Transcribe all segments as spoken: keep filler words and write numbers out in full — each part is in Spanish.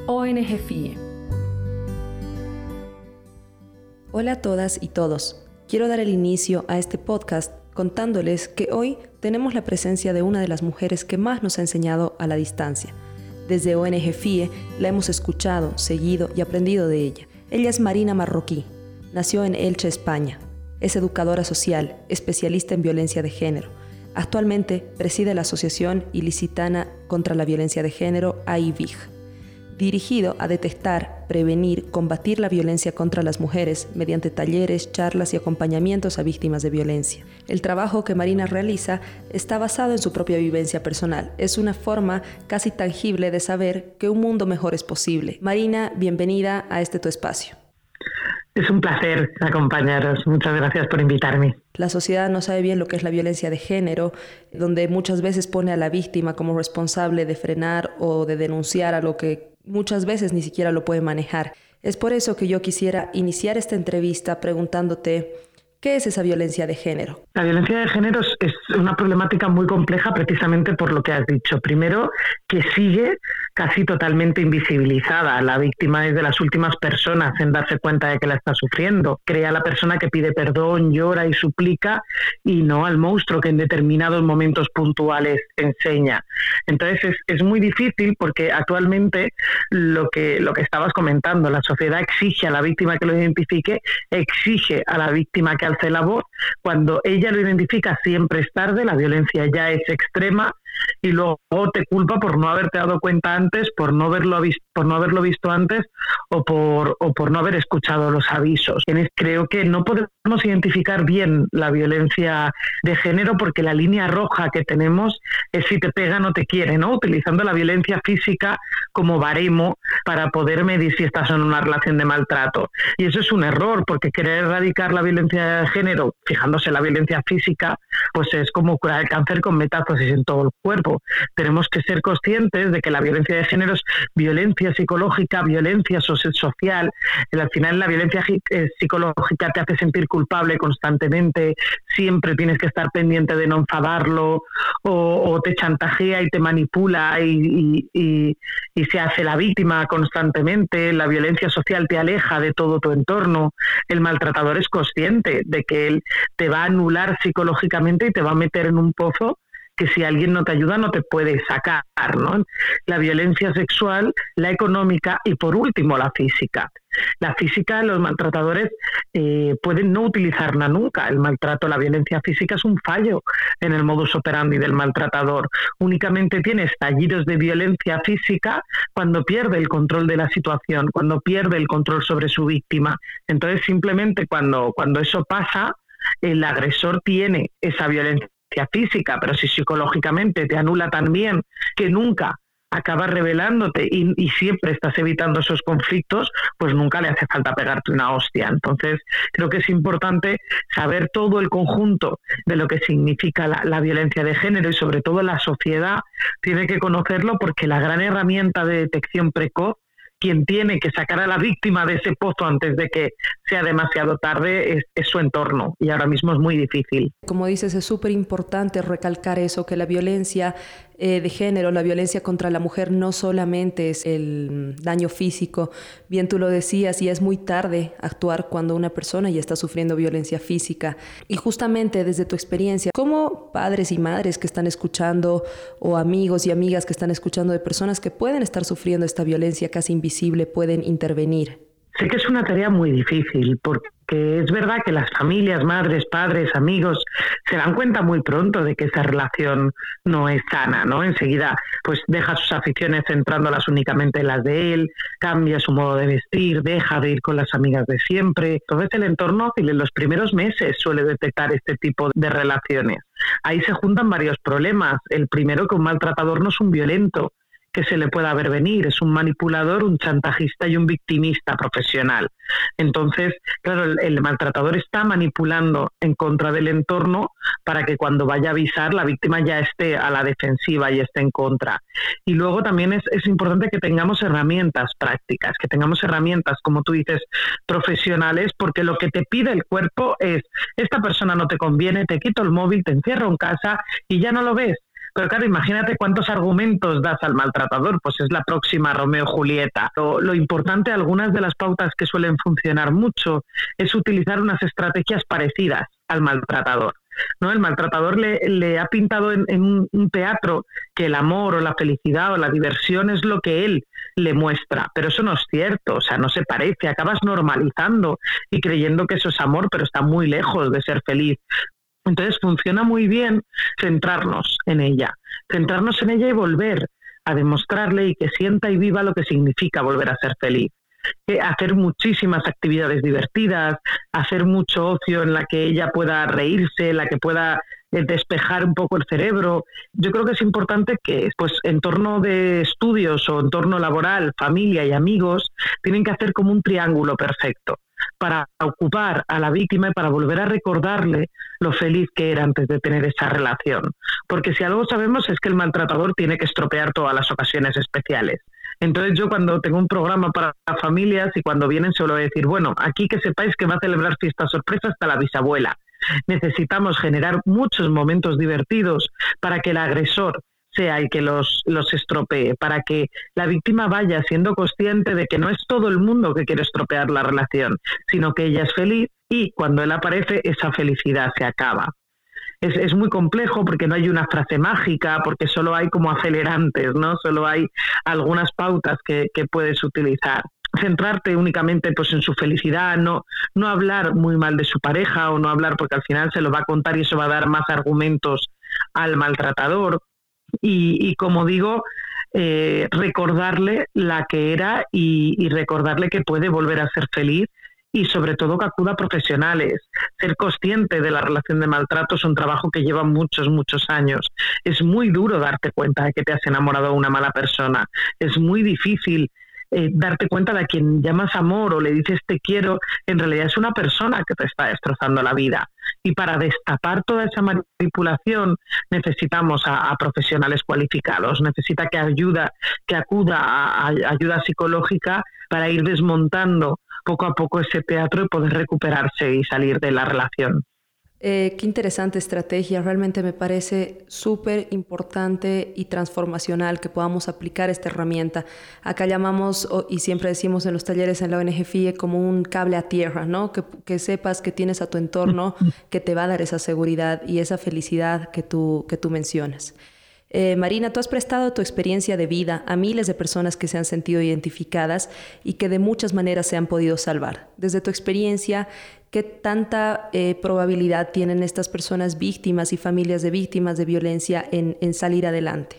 O N G F I E. Hola a todas y todos. Quiero dar el inicio a este podcast contándoles que hoy tenemos la presencia de una de las mujeres que más nos ha enseñado a la distancia. Desde O N G F I E la hemos escuchado, seguido y aprendido de ella. Ella es Marina Marroquí. Nació en Elche, España. Es educadora social, especialista en violencia de género. Actualmente preside la Asociación Ilicitana contra la Violencia de Género, A I V I G, dirigido a detectar, prevenir, combatir la violencia contra las mujeres mediante talleres, charlas y acompañamientos a víctimas de violencia. El trabajo que Marina realiza está basado en su propia vivencia personal. Es una forma casi tangible de saber que un mundo mejor es posible. Marina, bienvenida a este tu espacio. Es un placer acompañaros. Muchas gracias por invitarme. La sociedad no sabe bien lo que es la violencia de género, donde muchas veces pone a la víctima como responsable de frenar o de denunciar a lo que muchas veces ni siquiera lo puede manejar. Es por eso que yo quisiera iniciar esta entrevista preguntándote, ¿qué es esa violencia de género? La violencia de género es una problemática muy compleja precisamente por lo que has dicho. Primero, que sigue casi totalmente invisibilizada. La víctima es de las últimas personas en darse cuenta de que la está sufriendo. Crea a la persona que pide perdón, llora y suplica, y no al monstruo que en determinados momentos puntuales enseña. Entonces es, es muy difícil porque actualmente lo que, lo que estabas comentando, la sociedad exige a la víctima que lo identifique, exige a la víctima que alce la voz. Cuando ella lo identifica siempre es tarde, la violencia ya es extrema y luego te culpa por no haberte dado cuenta antes, por no haberlo visto, por no haberlo visto antes o por, o por no haber escuchado los avisos. Creo que no podemos identificar bien la violencia de género porque la línea roja que tenemos es si te pega no te quiere, ¿no? Utilizando la violencia física como baremo para poder medir si estás en una relación de maltrato. Y eso es un error, porque querer erradicar la violencia de género fijándose en la violencia física, pues es como curar el cáncer con metástasis en todo el cuerpo. Tenemos que ser conscientes de que la violencia de género es violencia psicológica, violencia social. Al final la violencia psicológica te hace sentir culpable constantemente, siempre tienes que estar pendiente de no enfadarlo, o, o te chantajea y te manipula y, y, y, y se hace la víctima constantemente. La violencia social te aleja de todo tu entorno. El maltratador es consciente de que él te va a anular psicológicamente y te va a meter en un pozo que si alguien no te ayuda no te puede sacar, ¿no? La violencia sexual, la económica y por último la física. La física, los maltratadores eh, pueden no utilizarla nunca. El maltrato, la violencia física es un fallo en el modus operandi del maltratador. Únicamente tiene estallidos de violencia física cuando pierde el control de la situación, cuando pierde el control sobre su víctima. Entonces simplemente cuando, cuando eso pasa, el agresor tiene esa violencia física, pero si psicológicamente te anula tan bien que nunca acabas revelándote y, y siempre estás evitando esos conflictos, pues nunca le hace falta pegarte una hostia. Entonces creo que es importante saber todo el conjunto de lo que significa la, la violencia de género, y sobre todo la sociedad tiene que conocerlo, porque la gran herramienta de detección precoz, quien tiene que sacar a la víctima de ese pozo antes de que sea demasiado tarde, es, es su entorno, y ahora mismo es muy difícil. Como dices, es súper importante recalcar eso, que la violencia eh, de género, la violencia contra la mujer no solamente es el daño físico, bien tú lo decías, y es muy tarde actuar cuando una persona ya está sufriendo violencia física. Y justamente desde tu experiencia, ¿cómo padres y madres que están escuchando, o amigos y amigas que están escuchando de personas que pueden estar sufriendo esta violencia casi invisible pueden intervenir? Sé que es una tarea muy difícil, porque es verdad que las familias, madres, padres, amigos, se dan cuenta muy pronto de que esa relación no es sana, ¿no? Enseguida pues deja sus aficiones centrándolas únicamente en las de él, cambia su modo de vestir, deja de ir con las amigas de siempre. Entonces el entorno en los primeros meses suele detectar este tipo de relaciones. Ahí se juntan varios problemas. El primero, que un maltratador no es un violento que se le pueda ver venir, es un manipulador, un chantajista y un victimista profesional. Entonces, claro, el, el maltratador está manipulando en contra del entorno para que cuando vaya a avisar la víctima ya esté a la defensiva y esté en contra. Y luego también es, es importante que tengamos herramientas prácticas, que tengamos herramientas, como tú dices, profesionales, porque lo que te pide el cuerpo es: esta persona no te conviene, te quito el móvil, te encierro en casa y ya no lo ves. Pero claro, imagínate cuántos argumentos das al maltratador, pues es la próxima Romeo y Julieta. Lo, lo importante, algunas de las pautas que suelen funcionar mucho, es utilizar unas estrategias parecidas al maltratador, ¿no? El maltratador le, le ha pintado en, en un, un teatro que el amor o la felicidad o la diversión es lo que él le muestra, pero eso no es cierto, o sea, no se parece, acabas normalizando y creyendo que eso es amor, pero está muy lejos de ser feliz. Entonces funciona muy bien centrarnos en ella, centrarnos en ella y volver a demostrarle y que sienta y viva lo que significa volver a ser feliz. Eh, hacer muchísimas actividades divertidas, hacer mucho ocio en la que ella pueda reírse, en la que pueda eh, despejar un poco el cerebro. Yo creo que es importante que, pues, en torno de estudios o entorno laboral, familia y amigos, tienen que hacer como un triángulo perfecto para ocupar a la víctima y para volver a recordarle lo feliz que era antes de tener esa relación. Porque si algo sabemos es que el maltratador tiene que estropear todas las ocasiones especiales. Entonces yo cuando tengo un programa para familias y cuando vienen suelo decir, bueno, aquí que sepáis que va a celebrar fiesta sorpresa hasta la bisabuela. Necesitamos generar muchos momentos divertidos para que el agresor sea el que los, los estropee, para que la víctima vaya siendo consciente de que no es todo el mundo que quiere estropear la relación, sino que ella es feliz y cuando él aparece esa felicidad se acaba. Es, es muy complejo porque no hay una frase mágica, porque solo hay como acelerantes, ¿no? Solo hay algunas pautas que, que puedes utilizar. Centrarte únicamente pues en su felicidad, no, no hablar muy mal de su pareja o no hablar porque al final se lo va a contar y eso va a dar más argumentos al maltratador. Y, y como digo, eh, recordarle la que era y, y recordarle que puede volver a ser feliz y sobre todo que acuda a profesionales. Ser consciente de la relación de maltrato es un trabajo que lleva muchos, muchos años. Es muy duro darte cuenta de que te has enamorado de una mala persona. Es muy difícil eh, darte cuenta de a quien llamas amor o le dices te quiero, en realidad es una persona que te está destrozando la vida. Y para destapar toda esa manipulación necesitamos a, a profesionales cualificados, necesita que ayuda, que acuda a, a ayuda psicológica para ir desmontando poco a poco ese teatro y poder recuperarse y salir de la relación. Eh, qué interesante estrategia, realmente me parece súper importante y transformacional que podamos aplicar esta herramienta. Acá llamamos, y siempre decimos en los talleres en la O N G F I E, como un cable a tierra, ¿no? Que, que sepas que tienes a tu entorno que te va a dar esa seguridad y esa felicidad que tú, que tú mencionas. Eh, Marina, tú has prestado tu experiencia de vida a miles de personas que se han sentido identificadas y que de muchas maneras se han podido salvar. Desde tu experiencia, ¿qué tanta eh, probabilidad tienen estas personas víctimas y familias de víctimas de violencia en, en salir adelante?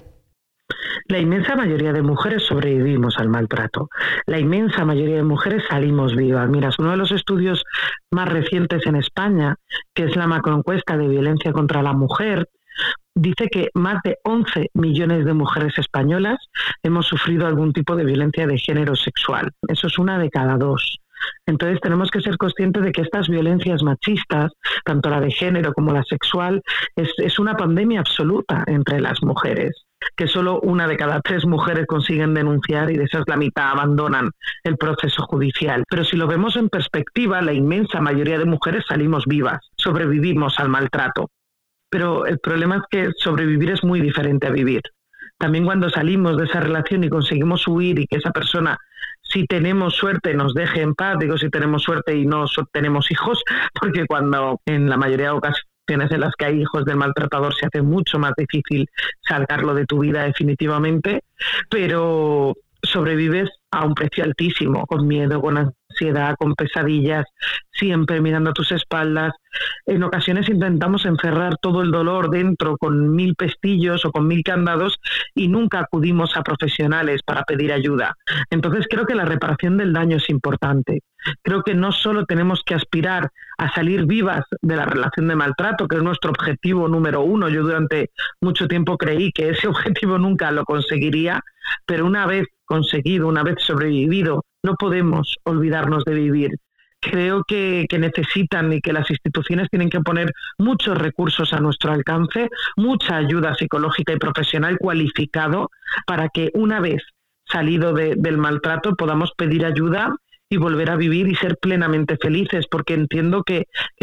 La inmensa mayoría de mujeres sobrevivimos al maltrato. La inmensa mayoría de mujeres salimos vivas. Mira, uno de los estudios más recientes en España, que es la macroencuesta de violencia contra la mujer, dice que más de once millones de mujeres españolas hemos sufrido algún tipo de violencia de género sexual. Eso es una de cada dos. Entonces tenemos que ser conscientes de que estas violencias machistas, tanto la de género como la sexual, es, es una pandemia absoluta entre las mujeres, que solo una de cada tres mujeres consiguen denunciar y de esas la mitad abandonan el proceso judicial. Pero si lo vemos en perspectiva, la inmensa mayoría de mujeres salimos vivas, sobrevivimos al maltrato. Pero el problema es que sobrevivir es muy diferente a vivir. También cuando salimos de esa relación y conseguimos huir y que esa persona, si tenemos suerte, nos deje en paz, digo si tenemos suerte y no tenemos hijos, porque cuando en la mayoría de ocasiones en las que hay hijos del maltratador se hace mucho más difícil sacarlo de tu vida definitivamente, pero sobrevives a un precio altísimo, con miedo, con ansiedad, con pesadillas, siempre mirando a tus espaldas. En ocasiones intentamos encerrar todo el dolor dentro con mil pestillos o con mil candados y nunca acudimos a profesionales para pedir ayuda. Entonces creo que la reparación del daño es importante. Creo que no solo tenemos que aspirar a salir vivas de la relación de maltrato, que es nuestro objetivo número uno. Yo durante mucho tiempo creí que ese objetivo nunca lo conseguiría, pero una vez conseguido, una vez sobrevivido, no podemos olvidarnos de vivir. Creo que, que necesitan y que las instituciones tienen que poner muchos recursos a nuestro alcance, mucha ayuda psicológica y profesional cualificado para que una vez salido de, del maltrato podamos pedir ayuda y volver a vivir y ser plenamente felices, porque entiendo que, que cuando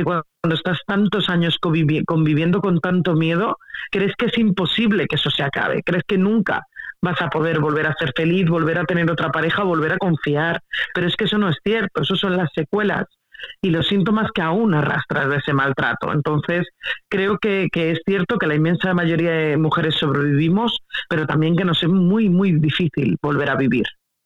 cuando estás tantos años convivi- conviviendo con tanto miedo, crees que es imposible que eso se acabe, crees que nunca vas a poder volver a ser feliz, volver a tener otra pareja, volver a confiar, pero es que eso no es cierto, eso son las secuelas y los síntomas que aún arrastras de ese maltrato. Entonces, creo que, que es cierto que la inmensa mayoría de mujeres sobrevivimos, pero también que nos es muy, muy difícil volver a vivir.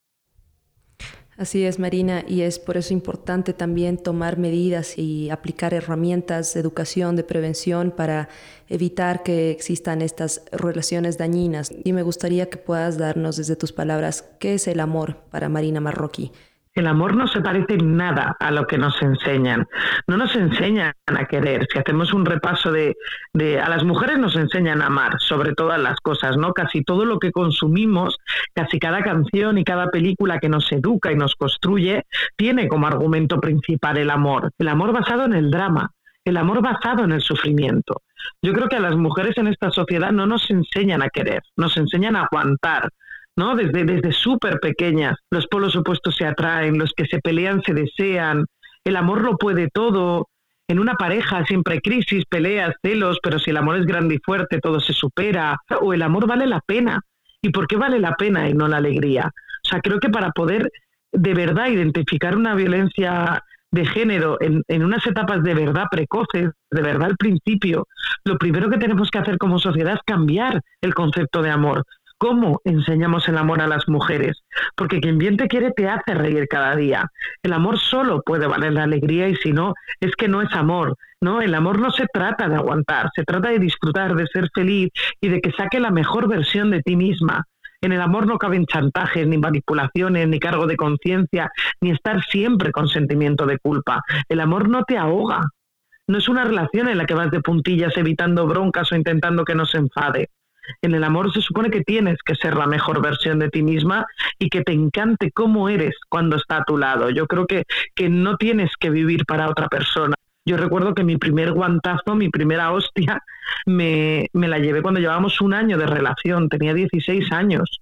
Así es, Marina, y es por eso importante también tomar medidas y aplicar herramientas de educación, de prevención para evitar que existan estas relaciones dañinas. Y me gustaría que puedas darnos desde tus palabras qué es el amor para Marina Marroquí. El amor no se parece en nada a lo que nos enseñan. No nos enseñan a querer. Si hacemos un repaso de, de... A las mujeres nos enseñan a amar sobre todas las cosas, ¿no? Casi todo lo que consumimos, casi cada canción y cada película que nos educa y nos construye, tiene como argumento principal el amor. El amor basado en el drama. El amor basado en el sufrimiento. Yo creo que a las mujeres en esta sociedad no nos enseñan a querer, nos enseñan a aguantar, ¿no? Desde, desde súper pequeñas, los polos opuestos se atraen, los que se pelean se desean, el amor lo puede todo, en una pareja siempre hay crisis, peleas, celos, pero si el amor es grande y fuerte todo se supera, o el amor vale la pena, ¿y por qué vale la pena y no la alegría? O sea, creo que para poder de verdad identificar una violencia de género en, en unas etapas de verdad precoces, de verdad al principio, lo primero que tenemos que hacer como sociedad es cambiar el concepto de amor. ¿Cómo enseñamos el amor a las mujeres? Porque quien bien te quiere te hace reír cada día. El amor solo puede valer la alegría y si no, es que no es amor, ¿no? El amor no se trata de aguantar, se trata de disfrutar, de ser feliz y de que saque la mejor versión de ti misma. En el amor no caben chantajes, ni manipulaciones, ni cargo de conciencia, ni estar siempre con sentimiento de culpa. El amor no te ahoga. No es una relación en la que vas de puntillas evitando broncas o intentando que no se enfade. En el amor se supone que tienes que ser la mejor versión de ti misma y que te encante cómo eres cuando está a tu lado. Yo creo que, que no tienes que vivir para otra persona. Yo recuerdo que mi primer guantazo, mi primera hostia, me, me la llevé cuando llevábamos un año de relación, tenía dieciséis años.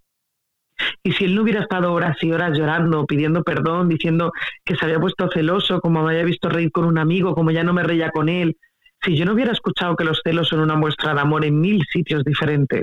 Y si él no hubiera estado horas y horas llorando, pidiendo perdón, diciendo que se había puesto celoso, como me había visto reír con un amigo, como ya no me reía con él, si yo no hubiera escuchado que los celos son una muestra de amor en mil sitios diferentes,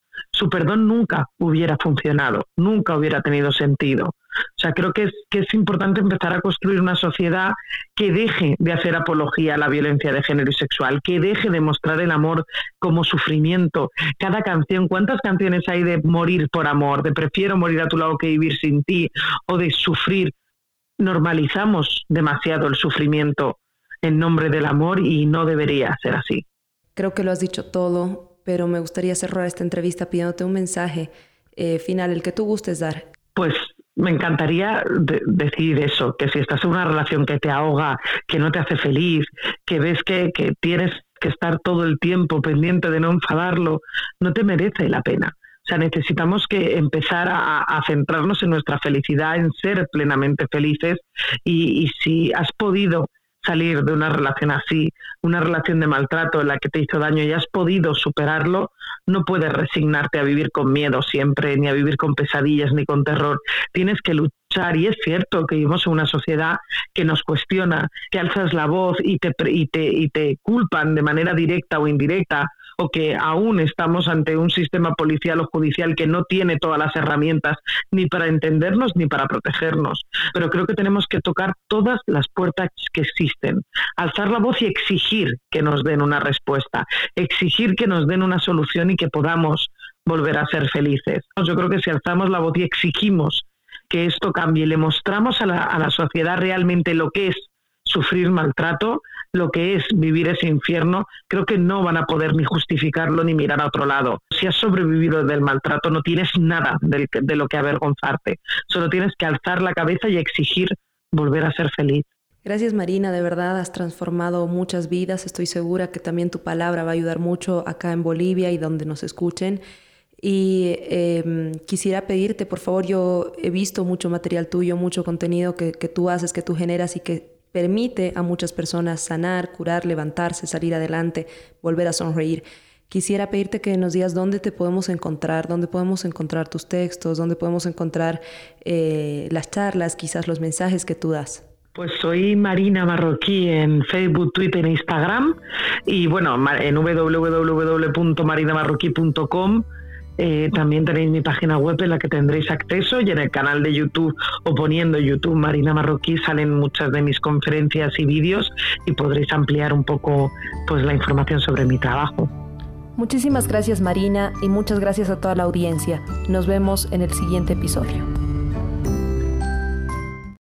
su perdón nunca hubiera funcionado, nunca hubiera tenido sentido. O sea, creo que es, que es importante empezar a construir una sociedad que deje de hacer apología a la violencia de género y sexual, que deje de mostrar el amor como sufrimiento. Cada canción, ¿cuántas canciones hay de morir por amor, de prefiero morir a tu lado que vivir sin ti, o de sufrir? Normalizamos demasiado el sufrimiento en nombre del amor y no debería ser así. Creo que lo has dicho todo, pero me gustaría cerrar esta entrevista pidiéndote un mensaje eh, final, el que tú gustes dar. Pues me encantaría de- decir eso, que si estás en una relación que te ahoga, que no te hace feliz, que ves que, que tienes que estar todo el tiempo pendiente de no enfadarlo, no te merece la pena. O sea, necesitamos que empezar a, a centrarnos en nuestra felicidad, en ser plenamente felices y, y si has podido salir de una relación así, una relación de maltrato en la que te hizo daño y has podido superarlo, no puedes resignarte a vivir con miedo siempre, ni a vivir con pesadillas, ni con terror. Tienes que luchar y es cierto que vivimos en una sociedad que nos cuestiona, que alzas la voz y te, y te, y te culpan de manera directa o indirecta, o que aún estamos ante un sistema policial o judicial que no tiene todas las herramientas ni para entendernos ni para protegernos. Pero creo que tenemos que tocar todas las puertas que existen, alzar la voz y exigir que nos den una respuesta, exigir que nos den una solución y que podamos volver a ser felices. Yo creo que si alzamos la voz y exigimos que esto cambie y le mostramos a la, a la sociedad realmente lo que es sufrir maltrato, lo que es vivir ese infierno, creo que no van a poder ni justificarlo ni mirar a otro lado. Si has sobrevivido del maltrato no tienes nada de, de lo que avergonzarte, solo tienes que alzar la cabeza y exigir volver a ser feliz. Gracias, Marina, de verdad has transformado muchas vidas, estoy segura que también tu palabra va a ayudar mucho acá en Bolivia y donde nos escuchen. Y eh, quisiera pedirte, por favor, yo he visto mucho material tuyo, mucho contenido que, que tú haces, que tú generas y que permite a muchas personas sanar, curar, levantarse, salir adelante, volver a sonreír. Quisiera pedirte que nos digas dónde te podemos encontrar, dónde podemos encontrar tus textos, dónde podemos encontrar eh, las charlas, quizás los mensajes que tú das. Pues soy Marina Marroquí en Facebook, Twitter e Instagram y bueno, en doble u doble u doble u punto marina marroquí punto com eh, también tenéis mi página web en la que tendréis acceso, y en el canal de YouTube o poniendo YouTube Marina Marroquí salen muchas de mis conferencias y vídeos y podréis ampliar un poco pues la información sobre mi trabajo. Muchísimas gracias, Marina, y muchas gracias a toda la audiencia. Nos vemos en el siguiente episodio.